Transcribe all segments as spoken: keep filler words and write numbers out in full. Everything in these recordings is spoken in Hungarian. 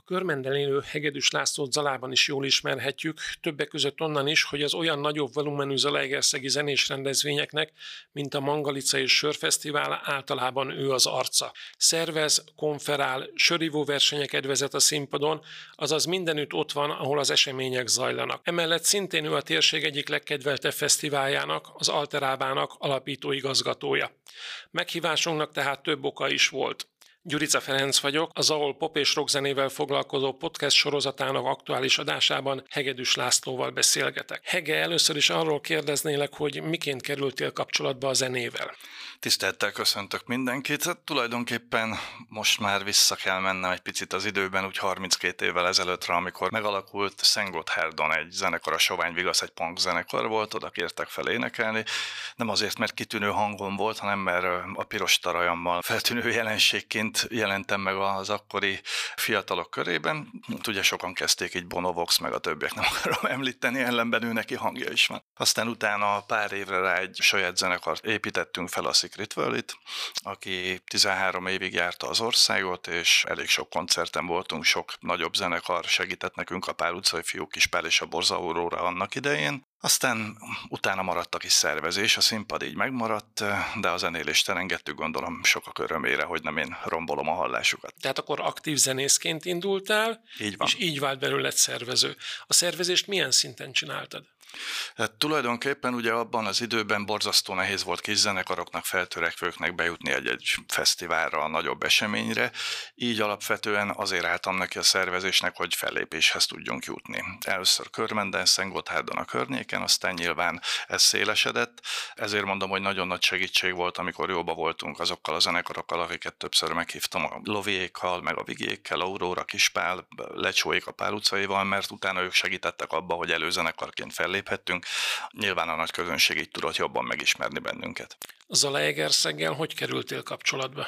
Körmenden élő Hegedűs Lászlót Zalában is jól ismerhetjük, többek között onnan is, hogy az olyan nagyobb volumenű zalaegerszegi zenés rendezvényeknek, mint a Mangalica és Sörfesztivál, általában ő az arca. Szervez, konferál, sörívó versenyeket vezet a színpadon, azaz mindenütt ott van, ahol az események zajlanak. Emellett szintén ő a térség egyik legkedveltebb fesztiváljának, az Alterábának alapító igazgatója. Meghívásunknak tehát több oka is volt. Gyurica Ferenc vagyok, a Zaol pop és rock zenével foglalkozó podcast sorozatának aktuális adásában Hegedűs Lászlóval beszélgetek. Hege, először is arról kérdeznélek, hogy miként kerültél kapcsolatba a zenével? Tisztelettel köszöntök mindenkit. Hát tulajdonképpen most már vissza kell mennem egy picit az időben, úgy harminckét évvel ezelőttre, amikor megalakult Szentgotthárdon egy zenekar, a Sovány Vigasz, egy punk zenekar volt, oda kértek fel énekelni. Nem azért, mert kitűnő hangom volt, hanem mert a piros tarajammal feltűnő jelenségként jelentem meg az akkori fiatalok körében. Ugye sokan kezdték így Bono Vox, meg a többiek nem akarom említeni, ellenben ő neki hangja is van. Aztán utána pár évre rá egy saját zenekart építettünk fel, a Secret World-it, aki tizenhárom évig járta az országot, és elég sok koncerten voltunk, sok nagyobb zenekar segített nekünk, a Pál utcai fiúk, Kispál és a Borza Aurora annak idején. Aztán utána maradt a kis szervezés, a színpad így megmaradt, de a zenélést elengedtük, gondolom sokak örömére, hogy nem én rombolom a hallásukat. Tehát akkor aktív zenészként indultál, így van. És így vált belőled szervező. A szervezést milyen szinten csináltad? Hát tulajdonképpen ugye abban az időben borzasztó nehéz volt kis zenekaroknak, feltörekvőknek bejutni egy-egy fesztiválra, a nagyobb eseményre, így alapvetően azért álltam neki a szervezésnek, hogy fellépéshez tudjunk jutni. Először Körmenden, Szentgotthárdon a környéken, aztán nyilván ez szélesedett, ezért mondom, hogy nagyon nagy segítség volt, amikor jóba voltunk azokkal a zenekarokkal, akiket többször meghívtam, a Loviékkal, meg a Vigiékkel, Aurora, Kispál, Lecsóék a Pál utcaival, mert utána ők segítettek abba, hogy előzenekarként felléphettünk. Nyilván a nagy közönség így tudott jobban megismerni bennünket. Zalaegerszeggel hogy kerültél kapcsolatba?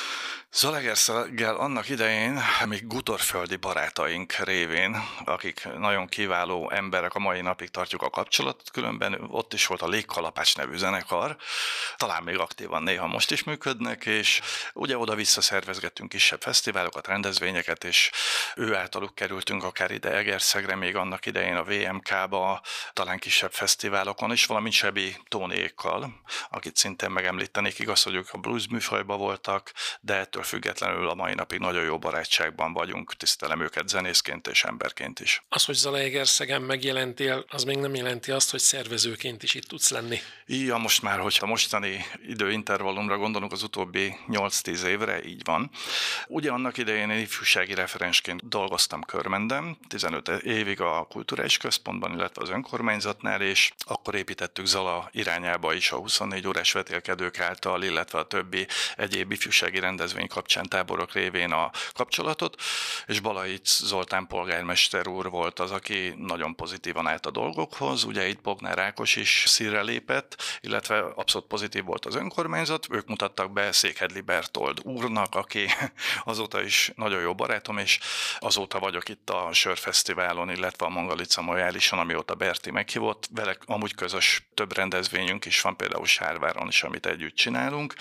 Zalaegerszeggel annak idején, még gutorföldi barátaink révén, akik nagyon kiváló emberek, a mai napig tartjuk a kapcsolatot, különben ott is volt a Légkalapács nevű zenekar, talán még aktívan néha most is működnek, és ugye oda-vissza szervezgettünk kisebb fesztiválokat, rendezvényeket, és ő általuk kerültünk akár ide Egerszegre, még annak idején a vé em ká-ba, talán kisebb fesztiválokon is, valamint Sebi Tóniékkal, akit szintén megemlítenék, igaz, hogy ők a blues műfajban voltak, de ettől függetlenül a mai napig nagyon jó barátságban vagyunk, tisztelem őket zenészként és emberként is. Az, hogy Zalaegerszegen megjelentél, az még nem jelenti azt, hogy szervezőként is itt tudsz lenni. Ja, most már, hogyha mostani időintervallumra gondolunk, az utóbbi nyolc-tíz évre, így van. Ugye annak idején én ifjúsági referensként dolgoztam Körmenden, tizenöt évig a Kulturális Központban, illetve az önkormányzatnál, és akkor építettük Zala irányába is a huszonnégy órás vetélkedők által, illetve a többi egyéb ifjúsági rendezvény kapcsán, táborok révén a kapcsolatot, és Balaic Zoltán polgármester úr volt az, aki nagyon pozitívan állt a dolgokhoz, ugye itt Bognár Ákos is színre lépett, illetve abszolút pozitív volt az önkormányzat, ők mutattak be Székhedli Bertold úrnak, aki azóta is nagyon jó barátom, és azóta vagyok itt a Sörfesztiválon, illetve a Mangalica Majálison, amióta Berti meghívott, vele amúgy közös több rendezvényünk is van, például Sárváron is, amit együtt csinálunk,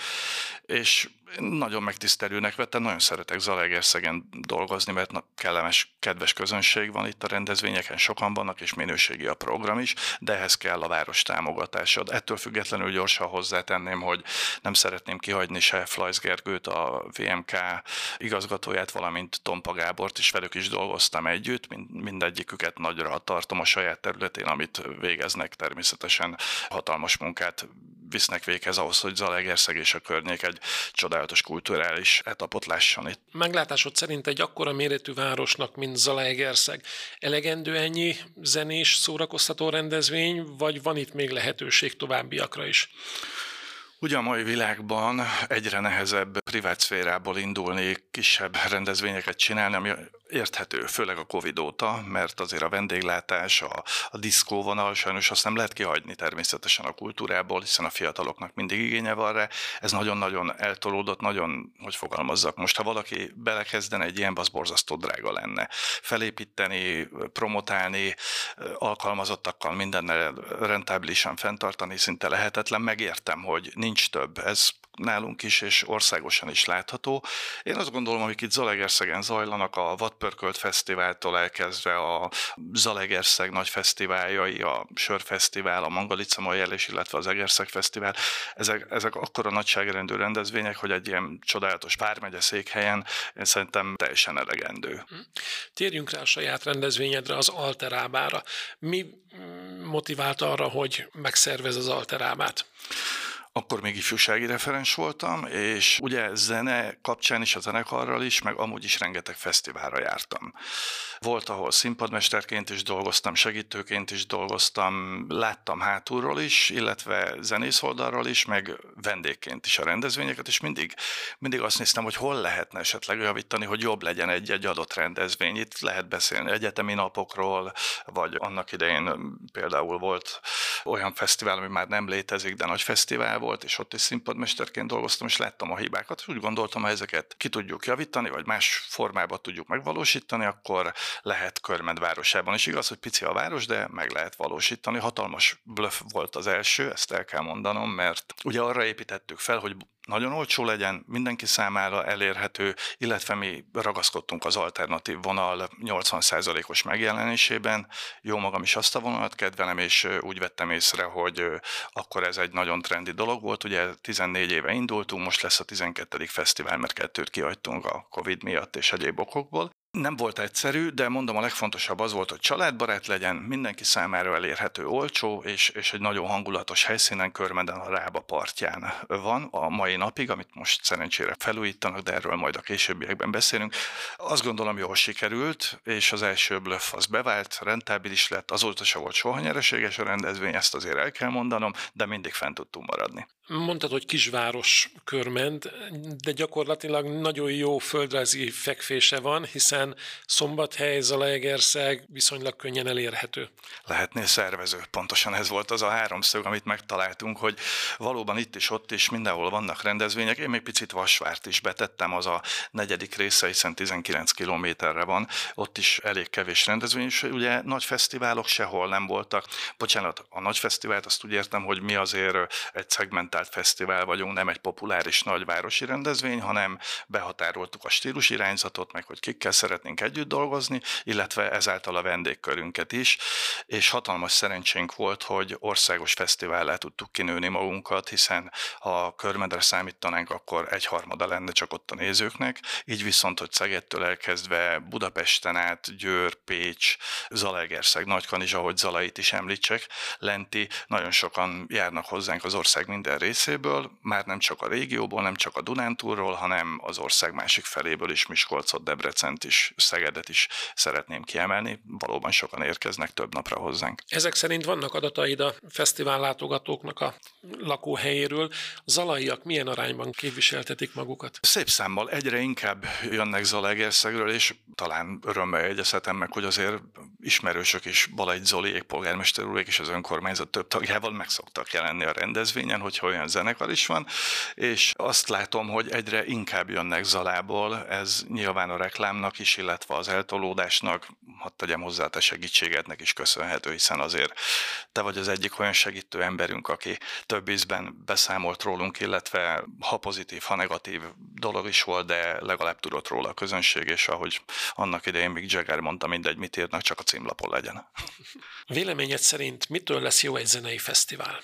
és nagyon megtisztelőnek vettem, nagyon szeretek Zalaegerszegen dolgozni, mert kellemes, kedves közönség van itt a rendezvényeken, sokan vannak, és minőségi a program is, de ehhez kell a város támogatása. Ettől függetlenül gyorsan hozzátenném, hogy nem szeretném kihagyni se Flajsz Gergőt, a vé em ká igazgatóját, valamint Tompa Gábort is, velük is dolgoztam együtt, mindegyiküket nagyra tartom a saját területén, amit végeznek, természetesen hatalmas munkát visznek véghez ahhoz, hogy Zalaegerszeg és a környék egy csodálatos kulturális etapot lásson itt. Meglátásod szerint egy akkora méretű városnak, mint Zalaegerszeg, elegendő ennyi zenés szórakoztató rendezvény, vagy van itt még lehetőség továbbiakra is? Ugye a mai világban egyre nehezebb privát szférából indulni, kisebb rendezvényeket csinálni, ami érthető, főleg a Covid óta, mert azért a vendéglátás, a, a diszkóvonal, sajnos azt nem lehet kihagyni természetesen a kultúrából, hiszen a fiataloknak mindig igénye van rá. Ez nagyon-nagyon eltolódott, nagyon, hogy fogalmazzak, most ha valaki belekezdene egy ilyenbe, az borzasztó drága lenne. Felépíteni, promotálni, alkalmazottakkal mindennel rentábilisan fenntartani szinte lehetetlen. Megértem, hogy nincs több. Ez nálunk is, és országosan is látható. Én azt gondolom, amik itt Zalaegerszegen zajlanak, a Vadpörkölt Fesztiváltól elkezdve a Zalaegerszeg nagy fesztiváljai, a Sörfesztivál, a Mangalica mai jelés, illetve az Egerszeg Fesztivál, ezek, ezek akkora nagyságrendű rendezvények, hogy egy ilyen csodálatos vármegye székhelyen én szerintem teljesen elegendő. Térjünk rá a saját rendezvényedre, az Alterábára. Mi motivált arra, hogy megszervez az Alterábát? Akkor még ifjúsági referens voltam, és ugye zene kapcsán is, a zenekarral is, meg amúgy is rengeteg fesztiválra jártam. Volt, ahol színpadmesterként is dolgoztam, segítőként is dolgoztam, láttam hátulról is, illetve zenész oldalról is, meg vendégként is a rendezvényeket, és mindig, mindig azt néztem, hogy hol lehetne esetleg javítani, hogy jobb legyen egy-egy adott rendezvény. Itt lehet beszélni egyetemi napokról, vagy annak idején például volt olyan fesztivál, ami már nem létezik, de nagy fesztivál volt, és ott is színpadmesterként dolgoztam, és láttam a hibákat, és úgy gondoltam, ha ezeket ki tudjuk javítani, vagy más formában tudjuk megvalósítani, akkor lehet Körmend városában is. Igaz, hogy pici a város, de meg lehet valósítani. Hatalmas bluff volt az első, ezt el kell mondanom, mert ugye arra építettük fel, hogy nagyon olcsó legyen, mindenki számára elérhető, illetve mi ragaszkodtunk az alternatív vonal nyolcvan százalékos megjelenésében. Jó magam is azt a vonalat kedvelem, és úgy vettem észre, hogy akkor ez egy nagyon trendi dolog volt. Ugye tizennégy éve indultunk, most lesz a tizenkettedik fesztivál, mert kettőt kihagytunk a Covid miatt és egyéb okokból. Nem volt egyszerű, de mondom, a legfontosabb az volt, hogy családbarát legyen, mindenki számára elérhető, olcsó, és, és egy nagyon hangulatos helyszínen, Körmenden a Rába partján van a mai napig, amit most szerencsére felújítanak, de erről majd a későbbiekben beszélünk. Azt gondolom, jól sikerült, és az első bluff az bevált, rentábilis lett, azóta se volt soha nyereséges a rendezvény, ezt azért el kell mondanom, de mindig fent tudtunk maradni. Mondtad, hogy kisváros Körmend, de gyakorlatilag nagyon jó földrajzi fekvése van, hiszen Szombathely, Zalaegerszeg viszonylag könnyen elérhető. Lehetnél szervező. Pontosan ez volt az a háromszög, amit megtaláltunk, hogy valóban itt is, ott is, mindenhol vannak rendezvények. Én még picit Vasvárt is betettem, az a negyedik része, hiszen tizenkilenc kilométerre van. Ott is elég kevés rendezvény, és ugye nagy fesztiválok sehol nem voltak. Bocsánat, a nagy fesztivált azt úgy értem, hogy mi azért egy szegmentált fesztivál vagyunk, nem egy populáris nagyvárosi rendezvény, hanem behatároltuk a stílusirányzatot, meg hogy kikkel szeretnénk együtt dolgozni, illetve ezáltal a vendégkörünket is, és hatalmas szerencsénk volt, hogy országos fesztivállá tudtuk kinőni magunkat, hiszen ha Körmendre számítanánk, akkor egyharmada lenne csak ott a nézőknek, így viszont, hogy Szegedtől elkezdve Budapesten át, Győr, Pécs, Zalaegerszeg, Nagykanizsa, ahogy Zalait is említsek, lenti, nagyon sokan járnak hozzánk az ország minden részéből, már nem csak a régióból, nem csak a Dunántúlról, hanem az ország másik feléből is, Miskolcot, Debrecent is, Szegedet is szeretném kiemelni. Valóban sokan érkeznek több napra hozzánk. Ezek szerint vannak adataid a fesztivál látogatóknak a lakóhelyéről. A zalaiak milyen arányban képviseltetik magukat? Szép számmal egyre inkább jönnek Zalaegerszegről, és talán örömmel jegyezhetem meg, hogy azért ismerősök is, Balajt Zoliék, polgármester úrék és az önkormányzat több tagjával meg szoktak jelenni a rendezvényen, hogyha olyan zenekar is van, és azt látom, hogy egyre inkább jönnek Zalából, ez nyilván a reklámnak is, illetve az eltolódásnak, hadd tegyem hozzá, te segítségednek is köszönhető, hiszen azért te vagy az egyik olyan segítő emberünk, aki több ízben beszámolt rólunk, illetve ha pozitív, ha negatív dolog is volt, de legalább tudott róla a közönség, és ahogy annak idején Mick Jagger mondta, mindegy, mit írnak, csak a címlapon legyen. Véleményed szerint mitől lesz jó egy zenei fesztivál?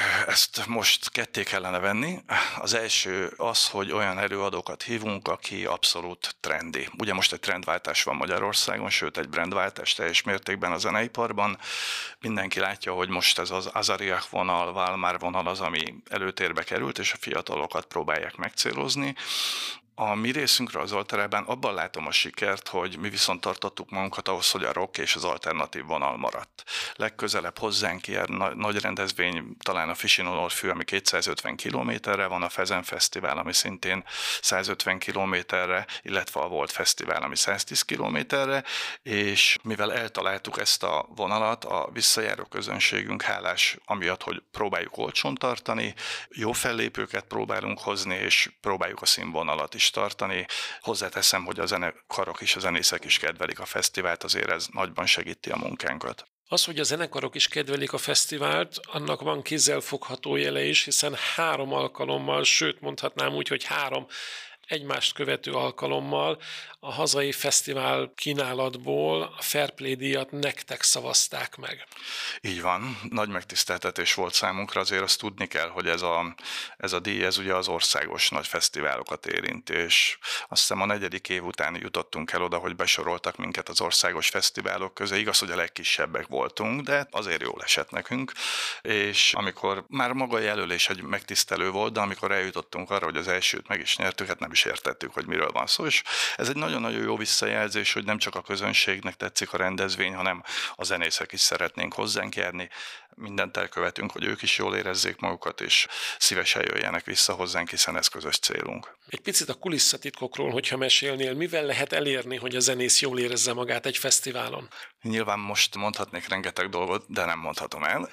Ezt most ketté kellene venni. Az első az, hogy olyan előadókat hívunk, aki abszolút trendi. Ugye most egy trendváltás van Magyarországon, sőt egy brandváltás teljes mértékben a zeneiparban. Mindenki látja, hogy most ez az Azariach vonal, Valmár vonal az, ami előtérbe került, és a fiatalokat próbálják megcélozni. A mi részünkről az Alterában abban látom a sikert, hogy mi viszont tartottuk magunkat ahhoz, hogy a rock és az alternatív vonal maradt. Legközelebb hozzánk ilyen nagy rendezvény, talán a Fisinolorfű, ami kétszázötven kilométerre van, a Fezen Fesztivál, ami szintén százötven kilométerre, illetve a Volt Fesztivál, ami száztíz kilométerre, és mivel eltaláltuk ezt a vonalat, a visszajáró közönségünk hálás amiatt, hogy próbáljuk olcsón tartani, jó fellépőket próbálunk hozni, és próbáljuk a színvonalat is tartani. Hozzáteszem, hogy a zenekarok is, a zenészek is kedvelik a fesztivált, azért ez nagyban segíti a munkánkat. Az, hogy a zenekarok is kedvelik a fesztivált, annak van kézzelfogható jele is, hiszen három alkalommal, sőt mondhatnám úgy, hogy három egymást követő alkalommal a hazai fesztivál kínálatból a Fair Play díjat nektek szavazták meg. Így van, nagy megtiszteltetés volt számunkra, azért azt tudni kell, hogy ez a, ez a díj, ez ugye az országos nagy fesztiválokat érinti, és azt hiszem a negyedik év után jutottunk el oda, hogy besoroltak minket az országos fesztiválok közé. Igaz, hogy a legkisebbek voltunk, de azért jól esett nekünk, és amikor már maga a jelölés egy megtisztelő volt, de amikor eljutottunk arra, hogy az elsőt meg is nyertük, hát nem is értettük, hogy miről van szó, és ez egy nagyon-nagyon jó visszajelzés, hogy nem csak a közönségnek tetszik a rendezvény, hanem a zenészek is szeretnénk hozzánk járni. Mindent elkövetünk, hogy ők is jól érezzék magukat, és szívesen jöjjenek vissza hozzánk, hiszen ez közös célunk. Egy picit a kulisszatitkokról, hogyha mesélnél, mivel lehet elérni, hogy a zenész jól érezze magát egy fesztiválon? Nyilván most mondhatnék rengeteg dolgot, de nem mondhatom el.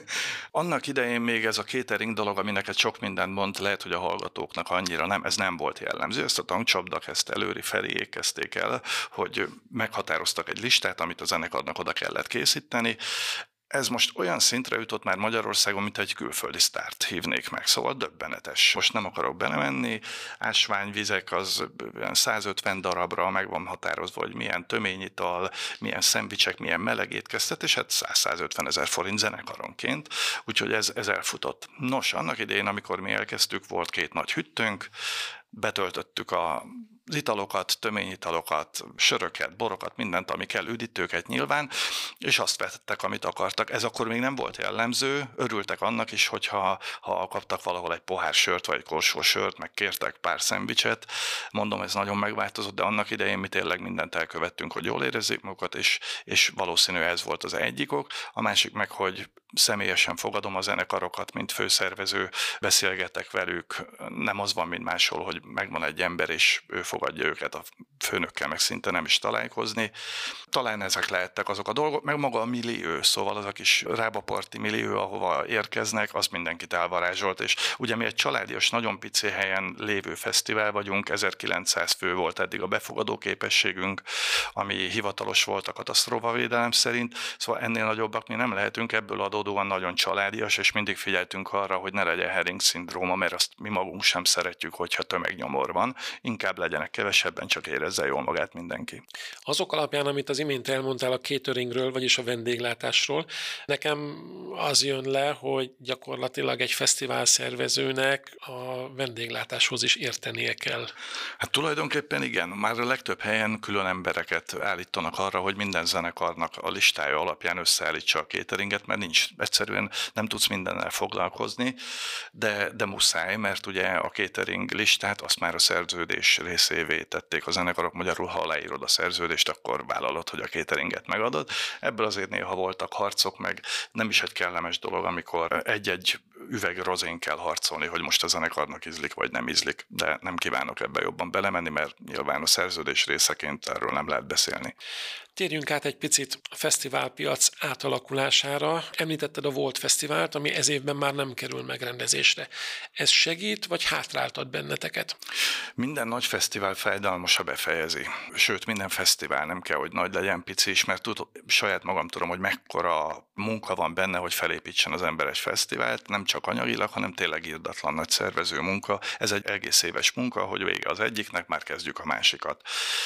Annak idején még ez a catering dolog, ami neked sok mindent mond, lehet, hogy a hallgatóknak annyira nem, ez nem volt jellemző. Ezt a tankcsapdak, ezt előri felé kezdték el, hogy meghatároztak egy listát, amit a zenekarnak oda kellett készíteni. Ez most olyan szintre jutott már Magyarországon, mint egy külföldi sztárt hívnék meg, szóval döbbenetes. Most nem akarok belemenni, ásványvizek az százötven darabra meg van határozva, hogy milyen töményital, milyen szendvicsek, milyen melegétkeztet, és hát száz-százötven ezer forint zenekaronként, úgyhogy ez, ez elfutott. Nos, annak idején, amikor mi elkezdtük, volt két nagy hüttőnk, betöltöttük a az italokat, töményitalokat, söröket, borokat, mindent, ami kell, üdítőket nyilván, és azt vettek, amit akartak. Ez akkor még nem volt jellemző, örültek annak is, hogyha ha kaptak valahol egy pohár sört, vagy egy korsó sört, meg kértek pár szendvicset. Mondom, ez nagyon megváltozott, de annak idején mi tényleg mindent elkövettünk, hogy jól érezzék magukat, és, és valószínű ez volt az egyik ok. A másik meg, hogy személyesen fogadom a zenekarokat, mint főszervező, beszélgetek velük, nem az van, mint máshol, hogy megvan egy ember, és ő fogadja őket, a főnökkel meg szinte nem is találkozni. Talán ezek lehettek azok a dolgok, meg maga a millió, szóval az a kis rábaparti millió, ahova érkeznek, az mindenkit elvarázsolt, és ugye mi egy családias, nagyon pici helyen lévő fesztivál vagyunk, ezerkilencszáz fő volt eddig a befogadó képességünk, ami hivatalos volt a katasztrófavédelem szerint, szóval ennél nagyobbak mi nem lehetünk, ebből adódóan nagyon családias, és mindig figyeltünk arra, hogy ne legyen Herring-szindróma, mert azt mi magunk sem szeretjük, hogyha tömegnyomor van, inkább legyenek kevesebben, csak érezze jól magát mindenki. Azok alapján, amit az imént elmondtál a cateringről, vagyis a vendéglátásról, nekem az jön le, hogy gyakorlatilag egy fesztivál szervezőnek a vendéglátáshoz is értenie kell. Hát tulajdonképpen igen, már a legtöbb helyen külön embereket állítanak arra, hogy minden zenekarnak a listája alapján összeállítsa a cateringet, mert nincs, egyszerűen nem tudsz mindennel foglalkozni, de, de muszáj, mert ugye a catering listát azt már a szerződés részévé tették a zenekarok, magyarul ha aláírod a szerződést, akkor vállalod, hogy a cateringet megadod. Ebből azért néha voltak harcok, meg nem is egy kellemes dolog, amikor egy-egy üveg rozén kell harcolni, hogy most a zenekarnak ízlik, vagy nem ízlik, de nem kívánok ebbe jobban belemenni, mert nyilván a szerződés részeként erről nem lehet beszélni. Térjünk át egy picit a fesztiválpiac átalakulására. Említetted a Volt Fesztivált, ami ez évben már nem kerül megrendezésre. Ez segít, vagy hátráltat benneteket? Minden nagy fesztivál fájdalmas, ha befejezi. Sőt, minden fesztivál nem kell, hogy nagy legyen, pici is, mert tud, saját magam tudom, hogy mekkora munka van benne, hogy felépítsen az ember egy fesztivált, nem csak anyagilag, hanem tényleg irdatlan nagy szervező munka. Ez egy egész éves munka, hogy vége az egyiknek, már kezdjük a másikat.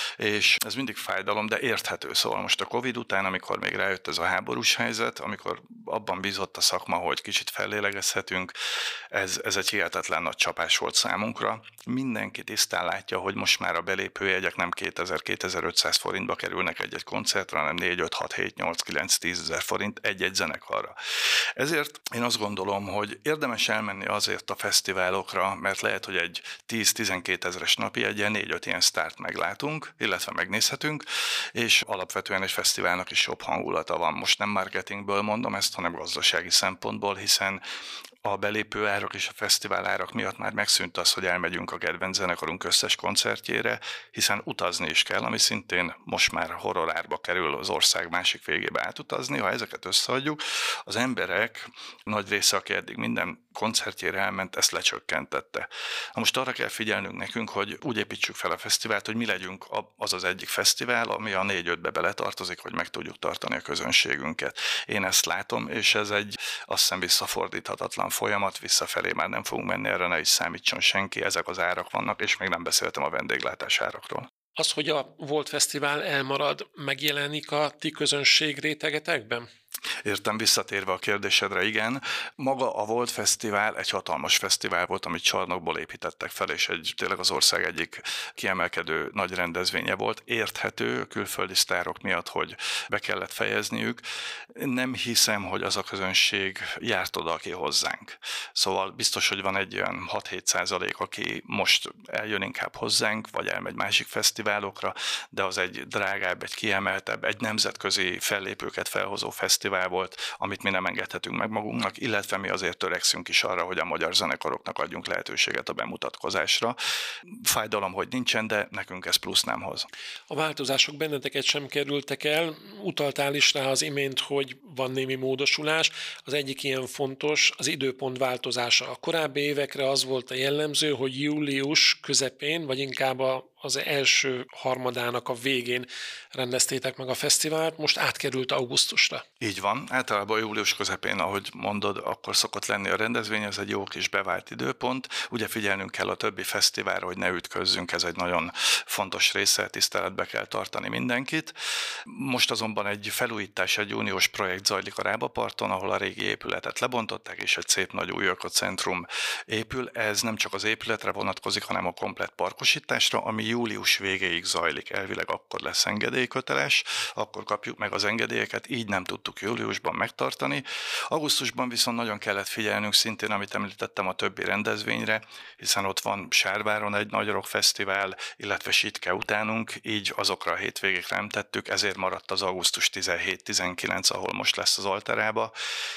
És ez mindig fájdalom, de érthető. Szóval most a Covid után, amikor még rájött ez a háborús helyzet, amikor abban bízott a szakma, hogy kicsit fellélegezhetünk, ez, ez egy hihetetlen nagy csapás volt számunkra. Mindenki tisztán látja, hogy most már a belépőjegyek nem kétezer-kétezer-ötszáz forintba kerülnek egy-egy koncertre, hanem négy, öt, hat, hét, nyolc, kilenc, tíz ezer forint egy-egy zenekarra. Ezért én azt gondolom, hogy érdemes elmenni azért a fesztiválokra, mert lehet, hogy egy tíz-tizenkét ezeres napi egyen négy-öt ilyen sztárt meglátunk, illetve megnézhetünk, és alapvetően egy fesztiválnak is jobb hangulata van. Most nem marketingből mondom ezt, hanem gazdasági szempontból, hiszen A belépő árak és a fesztivál árak miatt már megszűnt az, hogy elmegyünk a kedvenc zenekarunk összes koncertjére, hiszen utazni is kell, ami szintén most már horrorárba kerül az ország másik végébe átutazni. Ha ezeket összeadjuk, az emberek nagy része, aki eddig minden koncertjére elment, ezt lecsökkentette. Na most arra kell figyelnünk nekünk, hogy úgy építsük fel a fesztivált, hogy mi legyünk az az egyik fesztivál, ami a négy-ötbe beletartozik, hogy meg tudjuk tartani a közönségünket. Én ezt látom, és ez egy azt hiszem visszafordíthatatlan folyamat, visszafelé már nem fogunk menni, erre ne is számítson senki, ezek az árak vannak, és még nem beszéltem a vendéglátás árakról. Az, hogy a Volt Fesztivál elmarad, megjelenik a ti közönség rétegetekben? Értem, visszatérve a kérdésedre, igen. Maga a Volt Fesztivál egy hatalmas fesztivál volt, amit csarnokból építettek fel, és egy, tényleg az ország egyik kiemelkedő nagy rendezvénye volt. Érthető a külföldi sztárok miatt, hogy be kellett fejezniük. Nem hiszem, hogy az a közönség járt oda, aki hozzánk. Szóval biztos, hogy van egy olyan hat-hét százalék, aki most eljön inkább hozzánk, vagy elmegy másik fesztiválokra, de az egy drágább, egy kiemeltebb, egy nemzetközi fellépőket felhozó fesztivál volt, amit mi nem engedhetünk meg magunknak, illetve mi azért törekszünk is arra, hogy a magyar zenekaroknak adjunk lehetőséget a bemutatkozásra. Fájdalom, hogy nincsen, de nekünk ez plusz nem hoz. A változások benneteket sem kerültek el. Utaltál is rá az imént, hogy van némi módosulás. Az egyik ilyen fontos, az időpont változása. A korábbi évekre az volt a jellemző, hogy július közepén, vagy inkább a az első harmadának a végén rendeztétek meg a fesztivált, most átkerült augusztusra. Így van, általában július közepén, ahogy mondod, akkor szokott lenni a rendezvény, ez egy jó kis bevált időpont. Ugye figyelnünk kell a többi fesztiválra, hogy ne ütközzünk, ez egy nagyon fontos része, tiszteletbe kell tartani mindenkit. Most azonban egy felújítás, egy uniós projekt zajlik a Rábaparton, ahol a régi épületet lebontották, és egy szép nagy új ökocentrum épül. Ez nem csak az épületre vonatkozik, hanem a komplett parkosításra, ami július végéig zajlik, elvileg akkor lesz engedélyköteles, akkor kapjuk meg az engedélyeket, így nem tudtuk júliusban megtartani. Augusztusban viszont nagyon kellett figyelnünk szintén, amit említettem, a többi rendezvényre, hiszen ott van Sárváron egy nagy rockfesztivál, illetve Sitke utánunk, így azokra a hétvégékre nem tettük, ezért maradt az augusztus tizenhét-tizenkilenc, ahol most lesz az Alterába,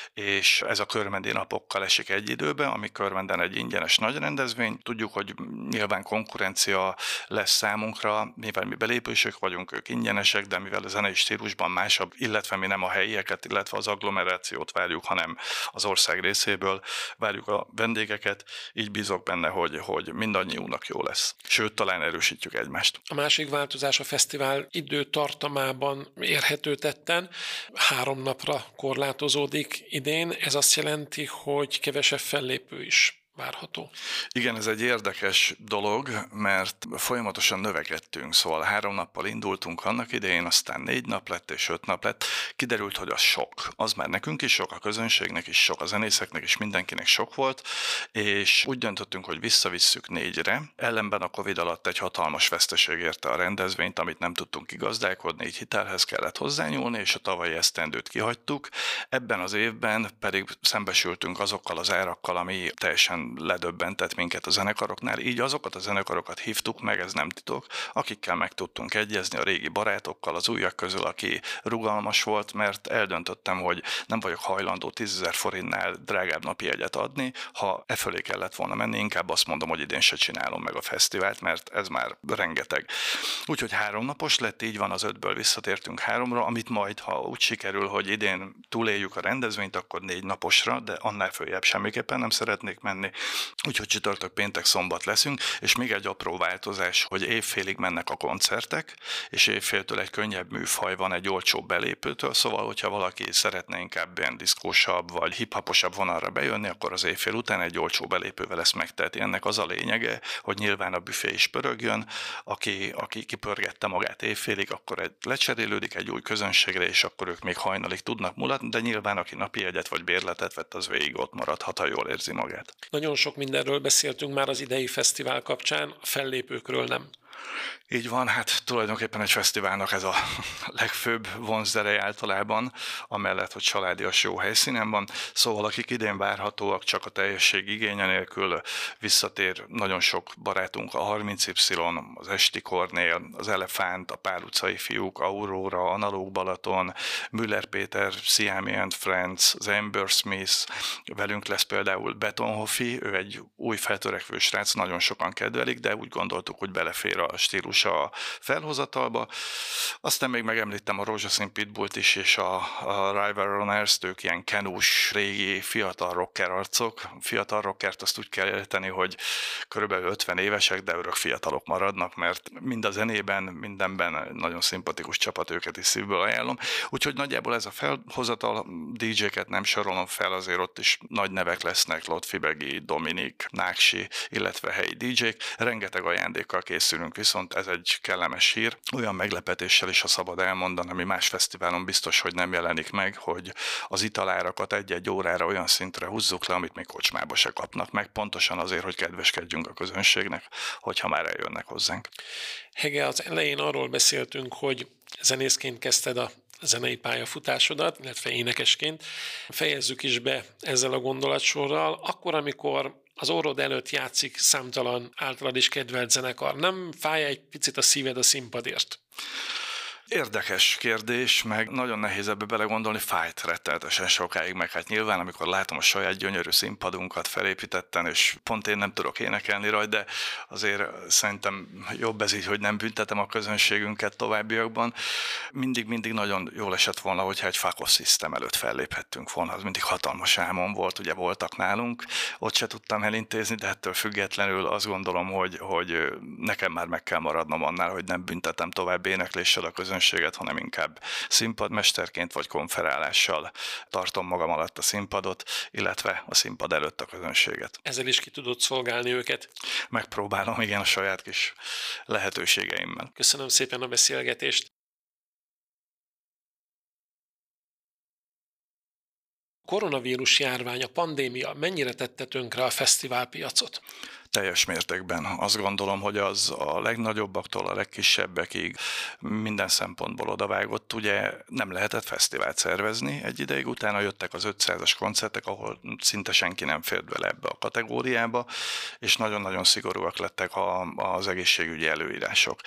és ez a Körmendi napokkal esik egy időbe, ami Körmenden egy ingyenes nagy rendezvény. Tudjuk, hogy nyilván konkurencia lesz számunkra, mivel mi belépősök vagyunk, ők ingyenesek, de mivel a zenei stílusban másabb, illetve mi nem a helyieket, illetve az agglomerációt várjuk, hanem az ország részéből várjuk a vendégeket, így bízok benne, hogy, hogy mindannyiunknak jó lesz. Sőt, talán erősítjük egymást. A másik változás a fesztivál időtartamában érhető tetten. Három napra korlátozódik idén. Ez azt jelenti, hogy kevesebb fellépő is várható. Igen, ez egy érdekes dolog, mert folyamatosan növekedtünk, szóval három nappal indultunk annak idején, aztán négy nap lett és öt nap lett. Kiderült, hogy az sok. Az már nekünk is sok, a közönségnek is sok, a zenészeknek is, mindenkinek sok volt, és úgy döntöttünk, hogy visszavisszük négyre. Ellenben a Covid alatt egy hatalmas veszteség érte a rendezvényt, amit nem tudtunk kigazdálkodni, így hitelhez kellett hozzányúlni, és a tavalyi esztendőt kihagytuk. Ebben az évben pedig szembesültünk azokkal az árakkal, ami teljesen ledöbbentett minket a zenekaroknál, így azokat a zenekarokat hívtuk meg, ez nem titok, akikkel meg tudtunk egyezni, a régi barátokkal, az újak közül, aki rugalmas volt, mert eldöntöttem, hogy nem vagyok hajlandó tízezer forintnál drágább napi jegyet adni, ha e fölé kellett volna menni, inkább azt mondom, hogy idén se csinálom meg a fesztivált, mert ez már rengeteg. Úgyhogy háromnapos lett, így van, az ötből visszatértünk háromra, amit majd, ha úgy sikerül, hogy idén túléljük a rendezvényt, akkor négy naposra, de annál följebb semmiképpen nem szeretnék menni. Úgyhogy csütörtök, péntek, szombat leszünk, és még egy apró változás, hogy évfélig mennek a koncertek, és évféltől egy könnyebb műfaj van egy olcsóbb belépőtől, szóval, hogyha valaki szeretne inkább ilyen diszkósabb vagy hip-hoposabb vonalra bejönni, akkor az évfél után egy olcsó belépővel ezt megteheti. Ennek az a lényege, hogy nyilván a büfé is pörögjön, aki, aki kipörgette magát évfélig, akkor egy, lecserélődik egy új közönségre, és akkor ők még hajnalig tudnak mulatni, de nyilván aki napi jegyet vagy bérletet vett, az végig ott maradhat, ha jól érzi magát. Nagyon sok mindenről beszéltünk már az idei fesztivál kapcsán, a fellépőkről nem. Így van, hát tulajdonképpen egy fesztiválnak ez a legfőbb vonzereje általában, amellett, hogy családias jó helyszínen van. Szóval akik idén várhatóak, csak a teljesség igénye nélkül visszatér nagyon sok barátunk, a harminc Y, az Esti Kornél, az Elefánt, a Pál utcai fiúk, Aurora, Analóg Balaton, Müller Péter, Siami and Friends, az Amber Smith, velünk lesz például Betonhoffi, ő egy új feltörekvő srác, nagyon sokan kedvelik, de úgy gondoltuk, hogy belefér a stílus a felhozatalba. Aztán még megemlítem a Rózsaszín Pitbullt is, és a, a Rival Runners-t, ők ilyen kenús, régi, fiatal rocker arcok. Fiatal rockert azt úgy kell érteni, hogy körülbelül ötven évesek, de örök fiatalok maradnak, mert mind a zenében, mindenben nagyon szimpatikus csapat, őket is szívből ajánlom. Úgyhogy nagyjából ez a felhozatal, dé dzséket nem sorolom fel, azért ott is nagy nevek lesznek, Lotfi, Dominik, Náksi, illetve helyi dé dzsék. Rengeteg ajándékkal készülünk, viszont ez egy kellemes hír. Olyan meglepetéssel is, ha szabad elmondani, ami más fesztiválon biztos, hogy nem jelenik meg, hogy az italárakat egy-egy órára olyan szintre húzzuk le, amit még kocsmába se kapnak meg, pontosan azért, hogy kedveskedjünk a közönségnek, hogyha már eljönnek hozzánk. Hege, az elején arról beszéltünk, hogy zenészként kezdted a zenei pályafutásodat, illetve énekesként. Fejezzük is be ezzel a gondolatsorral. Akkor, amikor az orrod előtt játszik számtalan általad is kedvelt zenekar, nem fáj egy picit a szíved a színpadért? Érdekes kérdés, meg nagyon nehéz ebbe belegondolni, fájt rettenetesen sokáig, meg hát nyilván, amikor látom a saját gyönyörű színpadunkat felépítetten, és pont én nem tudok énekelni rajta, de azért szerintem jobb ez így, hogy nem büntetem a közönségünket továbbiakban. Mindig-mindig nagyon jól esett volna, hogyha egy Fakos System előtt felléphettünk volna, az mindig hatalmas álmom volt, ugye voltak nálunk, ott se tudtam elintézni, de ettől függetlenül azt gondolom, hogy, hogy nekem már meg kell maradnom annál, hogy nem büntetem tovább énekléssel a közönséget, hanem inkább színpadmesterként vagy konferálással tartom magam alatt a színpadot, illetve a színpad előtt a közönséget. Ezzel is ki tudod szolgálni őket? Megpróbálom, igen, a saját kis lehetőségeimmel. Köszönöm szépen a beszélgetést. A koronavírus járvány, a pandémia mennyire tette tönkre a fesztiválpiacot? Teljes mértékben. Azt gondolom, hogy az a legnagyobbaktól a legkisebbekig minden szempontból odavágott. Ugye nem lehetett fesztivált szervezni egy ideig, utána jöttek az ötszázas koncertek, ahol szinte senki nem fért bele ebbe a kategóriába, és nagyon-nagyon szigorúak lettek a, az egészségügyi előírások.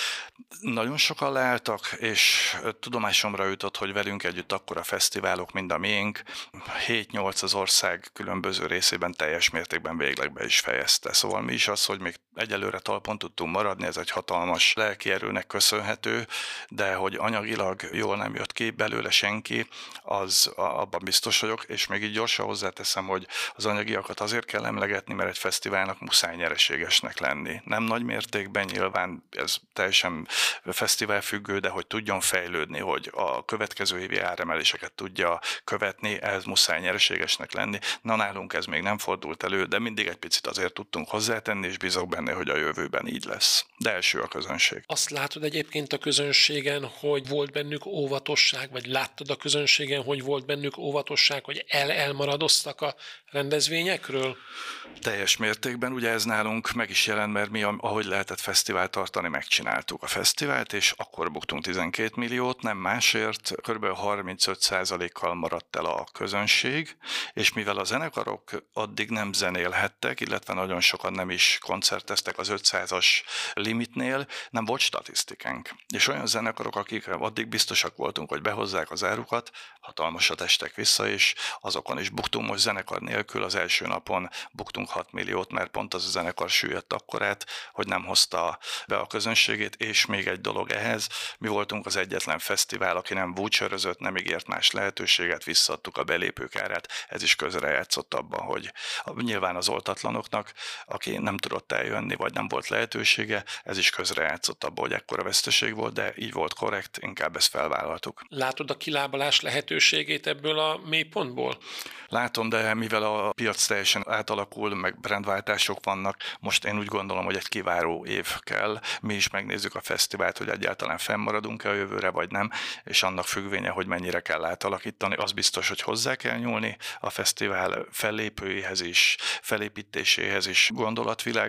Nagyon sokan leálltak, és tudomásomra jutott, hogy velünk együtt akkora fesztiválok, mint a miénk, hét-nyolc az ország különböző részében teljes mértékben végleg be is fejezte. Szóval mi is az, hogy még egyelőre talpon tudtunk maradni, ez egy hatalmas lelki erőnek köszönhető, de hogy anyagilag jól nem jött ki belőle senki, az abban biztos vagyok, és még így gyorsan hozzáteszem, hogy az anyagiakat azért kell emlegetni, mert egy fesztiválnak muszáj nyereségesnek lenni. Nem nagy mértékben, nyilván ez teljesen fesztiválfüggő, de hogy tudjon fejlődni, hogy a következő évi áremeléseket tudja követni, ez muszáj nyereségesnek lenni. Na, nálunk ez még nem fordult elő, de mindig egy picit azért tudtunk hozzátenni, és bízok benne, hogy a jövőben így lesz. De első a közönség. Azt látod egyébként a közönségen, hogy volt bennük óvatosság, vagy láttad a közönségen, hogy volt bennük óvatosság, hogy el-elmaradoztak a rendezvényekről? Teljes mértékben, ugye ez nálunk meg is jelent, mert mi, ahogy lehetett fesztivált tartani, megcsináltuk a fesztivált, és akkor buktunk tizenkét milliót, nem másért, kb. harmincöt százalékkal maradt el a közönség, és mivel a zenekarok addig nem zenélhettek, illetve nagyon sokan nem is koncerteztek az ötszázas limitnél, nem volt statisztikánk. És olyan zenekarok, akik addig biztosak voltunk, hogy behozzák az árukat, hatalmasat estek vissza, és azokon is buktunk. Most zenekar nélkül az első napon buktunk hat milliót, mert pont az a zenekar süllyedt akkorát, hogy nem hozta be a közönségét, és még egy dolog ehhez, mi voltunk az egyetlen fesztivál, aki nem voucherözött, nem ígért más lehetőséget, visszaadtuk a belépők árát, ez is közrejátszott abban, hogy nyilván az oltatlanoknak, aki nem tudott eljönni, vagy nem volt lehetősége, ez is közrejátszott abban, hogy ekkora veszteség volt, de így volt korrekt, inkább ezt felvállaltuk. Látod a kilábalás lehetőségét ebből a mélypontból? Látom, de mivel a piac teljesen átalakul, meg brandváltások vannak, most én úgy gondolom, hogy egy kiváró év kell. Mi is megnézzük a fesztivált, hogy egyáltalán fennmaradunk-e a jövőre, vagy nem, és annak függvénye, hogy mennyire kell átalakítani. Az biztos, hogy hozzá kell nyúlni a fesztivál fellépőihez is, felépítéséhez is, gondolatvilágához, és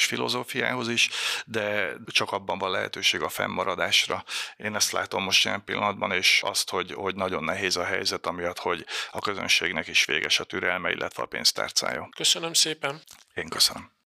és filozófiához is, de csak abban van lehetőség a fennmaradásra. Én ezt látom most ilyen pillanatban, és azt, hogy, hogy nagyon nehéz a helyzet, amiatt, hogy a közönségnek is véges a türelme, illetve a pénztárcája. Köszönöm szépen! Én köszönöm.